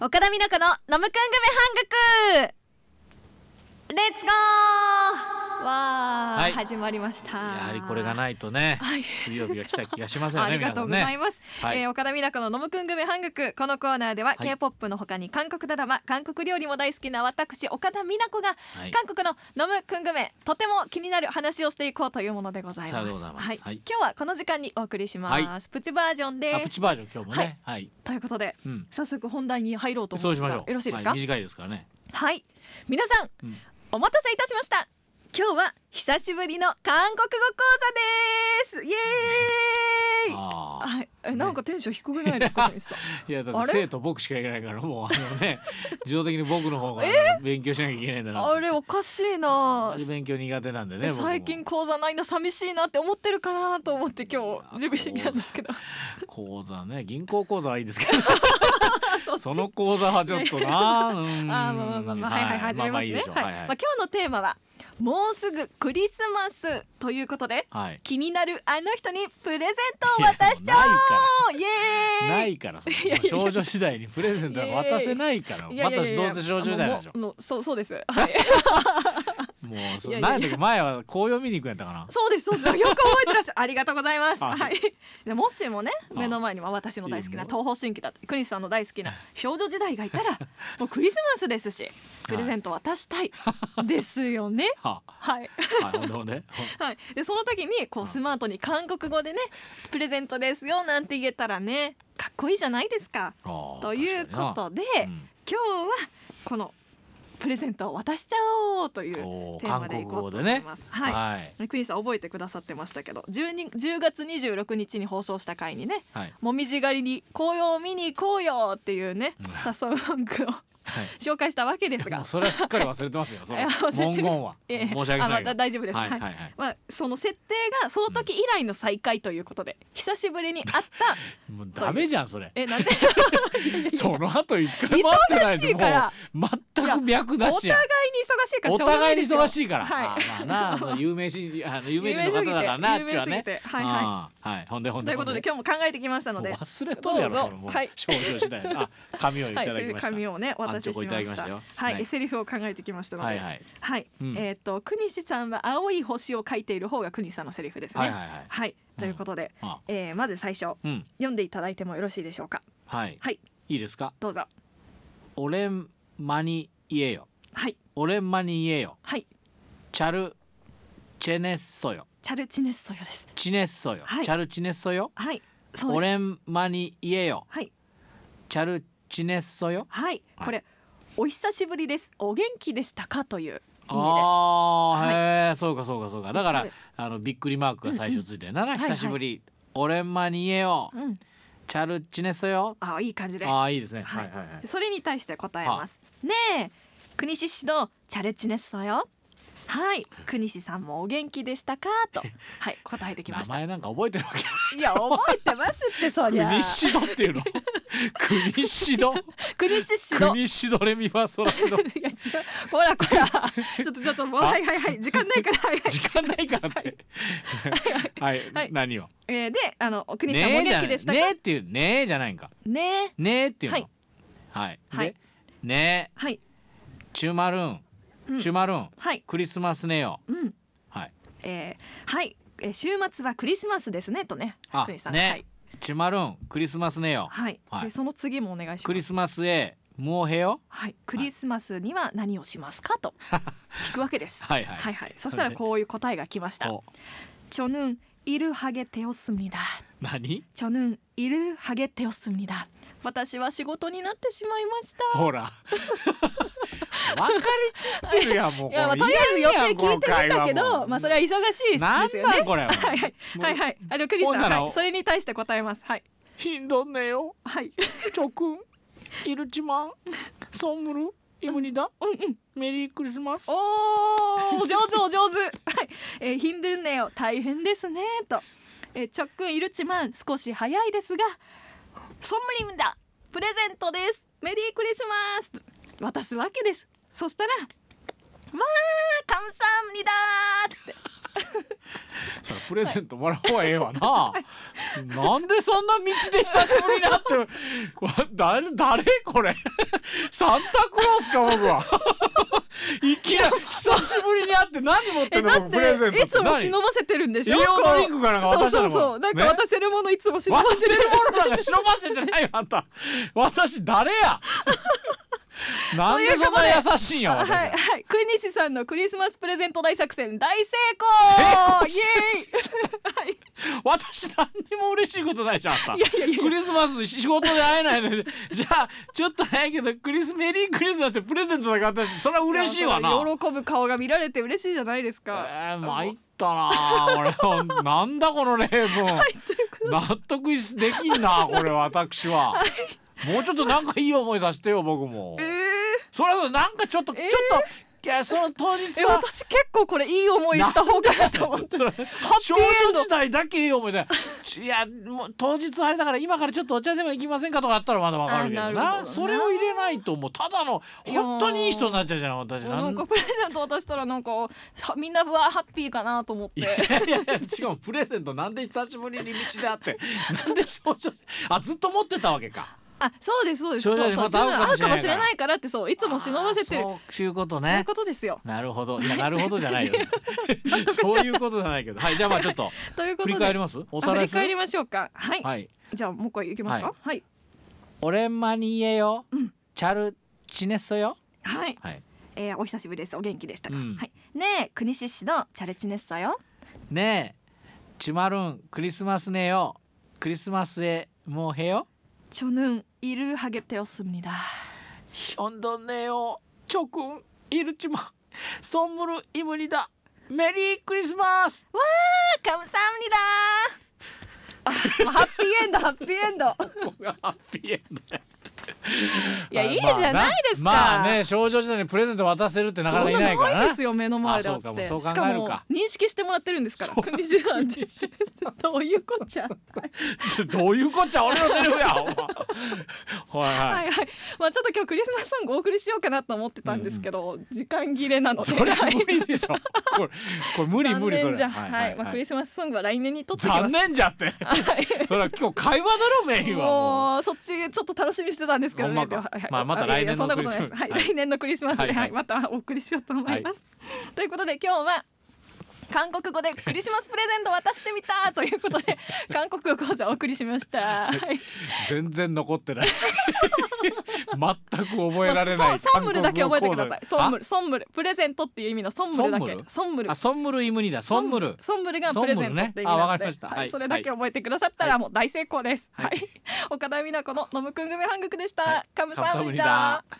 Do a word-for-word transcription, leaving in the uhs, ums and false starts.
岡田美奈子のノムクングメ半額レッツゴーわー、はい、始まりました。 やはりこれがないとね、はい、水曜日が来た気がしますよね。 ありがとうございます、 ねはいえー、岡田美奈子のノムクングメ半額、このコーナーでは、はい、K-ポップ の他に韓国ドラマ、韓国料理も大好きな私岡田美奈子が、はい、韓国のノムクングメとても気になる話をしていこうというものでございます。はいはい、今日はこの時間にお送りします、はい、プチバージョンでプチバージョン今日もね、はいはい、 ということで、うん、早速本題に入ろうと思いますが、 そうしましょう。 よろしいですか。 はい、短いですからね。 はい、皆さん、うん、お待たせいたしました。今日は久しぶりの韓国語講座です。イエーイ。あはい、え、なんかテンション低くないですか、ね、 いやだって生徒僕しかいないからもうあのね自動的に僕の方が勉強しなきゃいけないんだな。 あれおかしいな。 勉強苦手なんでね。 最近講座ないの寂しいなって思ってるかなと思って今日準備してきたんですけど。 講座ね、銀行講座はいいですけどその講座はちょっとな。あまあまあまあまあはいはい始めますね。まあ今日のテーマはもうすぐクリスマスということで、はい、気になるあの人にプレゼントを渡しちゃおう。イエーイ。ないから少女次第にプレゼントは渡せないから。私どうせ少女時代なんでしょ。 もうそうそうです。はい。 もうそうなんだっけ、前は紅葉見に行くんやったかな。 そうですそうです。よく覚えてらっしゃる。ありがとうございます。はい。でもしもね、目の前には私の大好きな東方神起だってクリスさんの大好きな少女時代がいたらもうクリスマスですしプレゼント渡したいですよね。はい。はい。でその時にこうスマートに韓国語でねプレゼントですよなんて言えたらねかっこいいじゃないですか。ということで、うん、今日はこのプレゼントを渡しちゃおうというテーマでいこうと思います。はい、はい、クリスさん覚えてくださってましたけど じゅうがつにじゅうろくにちに放送した回にね、はい、もみじ狩りに紅葉を見に行こうよっていうね、うん、誘う文句をはい、紹介したわけですが、 もうそれはすっかり忘れてますよその文言は申し訳ない。あ、また大丈夫です。はいはいはい、まあ、その設定がその時以来の再会ということで、うん、久しぶりに会ったもうダメじゃんそれ。 え、なんでその後一回待ってないともう全く脈なしやん。 お互いに忙しいからお互いに忙しいから、はい、あまあな有名人あの有名人の方だからなあっちはね。はいはいはい。ほんでほんでということで今日も考えてきましたので忘れとるやろそれもう少女時代。あ、紙をいただきました。 紙をね渡してしまいました。はい、セリフを考えてきましたので、はい、えっと国士さんは青い星を書いている方が国士さんのセリフですね。はい、ということでまず最初読んでいただいてもよろしいでしょうか。 はい、いいですか。 どうぞ。 俺間に言えよ。 はい、 俺間に言えよ。 はい、 チャルチェネッソよ。 チャルチネッソよです。 チネッソよ。チャルチネッソよ。 はい、 俺間に言えよ。 はい、 チャルチネッソよ。 はい、これお久しぶりです、お元気でしたかという意味です。 ああ、はい、へえ、そうかそうかそうか。だからあのびっくりマークが最初ついてるな、うんうん、久しぶり、はいはい、俺間に言えよ、うん、チャルチネッソよ。 ああ、いい感じです。 ああ、いいですね、はいはいはい、 それに対して答えます。ねえ国士氏のチャルチネッソよ。はい、国士さんもお元気でしたかと、はい、答えてきました。 名前なんか覚えてるわけない。 いや覚えてますってそりゃ。 国士ドっていうの国士ド国士士ド国士ドレミファソラシド。いや違う、 ほらこらちょっとちょっともうはいはいはい時間ないからはいはい時間ないからってはい、はい、何を、 えー、であの国士さんもお元気でしたか。 ねえっていうねえじゃないんか。 ねえねえっていうの、はいはいでねえ、はい、チュマルンチュマルン、はい、クリスマスねよ、うん、はい、えー、はい、えー、週末はクリスマスですねとね。 あ、ね、はい、チュマルンクリスマスねよ。 はい、はい、でその次もお願いします。 クリスマスへもうへよ。 はい、クリスマスには何をしますかと聞くわけです。はいはいはいはい。そしたらこういう答えが来ました。저는 일을 하게 되었습니다。 何？ 저는 일을 하게 되었습니다。私は仕事になってしまいました。 ほら分かりきってるやんもう。いや、 まあ、とりあえず予定聞いてみたけど、まあそれは忙しいですよね。 なんなんこれは。 はいはいはいはい。あのクリスさん、はい、それに対して答えます。はい。 ひんどんねよ。 はい。 ちょくんいるちまんソンムルイムニダ。うんうん。メリークリスマス。 おお、上手お上手。はい。えー、ひんどんねよ、大変ですねと。えー、ちょくんいるちまん少し早いですが。ソンムリムだプレゼントです、メリークリスマス渡すわけです。そしたらわーカムサムニダーってそれプレゼントもらう方がええわな。なんでそんな道で久しぶりに会ってわ誰誰これサンタクロースか僕は。いきなり久しぶりに会って何持ってんの僕プレゼントって。 いつも忍ばせてるんでしょ。 栄養ドリンクかなんか渡したの。 そうそうそう、なんか渡せるものいつも忍ばせてる。 渡せるものなんか忍ばせてないよあんた。私誰や。なんでそんな優しいんや私。 はいはい、国西さんのクリスマスプレゼント大作戦大成功。イエーイ。はい、 私何にも嬉しいことないじゃんあんた。 いやいやいや、 クリスマス仕事で会えないのでじゃあちょっと早いけどクリスメリークリスマスってプレゼントだけ渡して、それは嬉しいわな。 喜ぶ顔が見られて嬉しいじゃないですか。 えー、参ったな俺。なんだこの例文、はい、納得できんなこれ私は、はい、もうちょっとなんかいい思いさせてよ僕も。えー、それはなんかちょっと、えー、ちょっといやその当日は私結構これいい思いした方かなと思って。 少女時代だけいい思いでいやもう当日あれだから今からちょっとお茶でも行きませんかとかあったらまだわかるけど な, なそれを入れないともうただの本当にいい人になっちゃうじゃん私。 なんかプレゼント渡したらなんかみんなはハッピーかなと思って。いやいやいやしかもプレゼントなんで久しぶりに道で会ってなんで少女あずっと持ってたわけか。 あ、そうですそうです。 少女でまた会うかもしれないからってそういつも忍ばせてる。 そういうことね。 そういうことですよ。 なるほど。いやなるほどじゃないよ。そういうことじゃないけど。はい、じゃあまあちょっと振り返ります。おさらい振り返りましょうか。はい。 はい、 じゃあもう一回いきますか。はい。はい、 オレンマニエよ、うん、チャルチネッソよ。 はい。はい、えー、お久しぶりです。お元気でしたか。うん、はい。ねえ国獅子のチャルチネッソよ。 ねえチマルンクリスマスねよ。クリスマスへもうへよ。 저는 일을 하게 되었습니다. 현도네요. 조금 이르지만 선물입니다. 메리 크리스마스. 와, 감사합니다. 아, 해피엔드, 해피엔드. 뭐가 해피엔드? いやいいじゃないですか。 まあね少女時代にプレゼント渡せるってなかなかいないからな。 そうですよ目の前だって。 そうかもそう考えるか。 認識してもらってるんですから。国士さんってどういうこっちゃ。 どういうこっちゃ俺のセリフや。はいはい。 はいはい。まあちょっと今日クリスマスソングお送りしようかなと思ってたんですけど、うん、時間切れなので。 それは無理でしょ。これこれ無理無理それ。 残念じゃ。はい。まあクリスマスソングは来年にとってきます。 残念じゃって。はい。それは今日会話だろメインは。 もうそっちちょっと楽しみにしてたんですけどね。 まあまた来年のクリスマス、 はい、来年のクリスマスで、はいはい、またお送りしようと思います、はい、ということで今日は韓国語でクリスマスプレゼント渡してみたということで韓国語講座をお送りしました、はい、 全然残ってない全く覚えられないソンムルだけ覚えてください。ソンムル、ソンムルプレゼントっていう意味のソンムルだけ。ソンムル、 あソンムルイムニだ。ソンムルソンムルがプレゼントって意味なので、 あわかりました、 はい、それだけ覚えてくださったらもう大成功です。はい、岡田美奈子のノムくん組韓国でした。カムサハムニダ。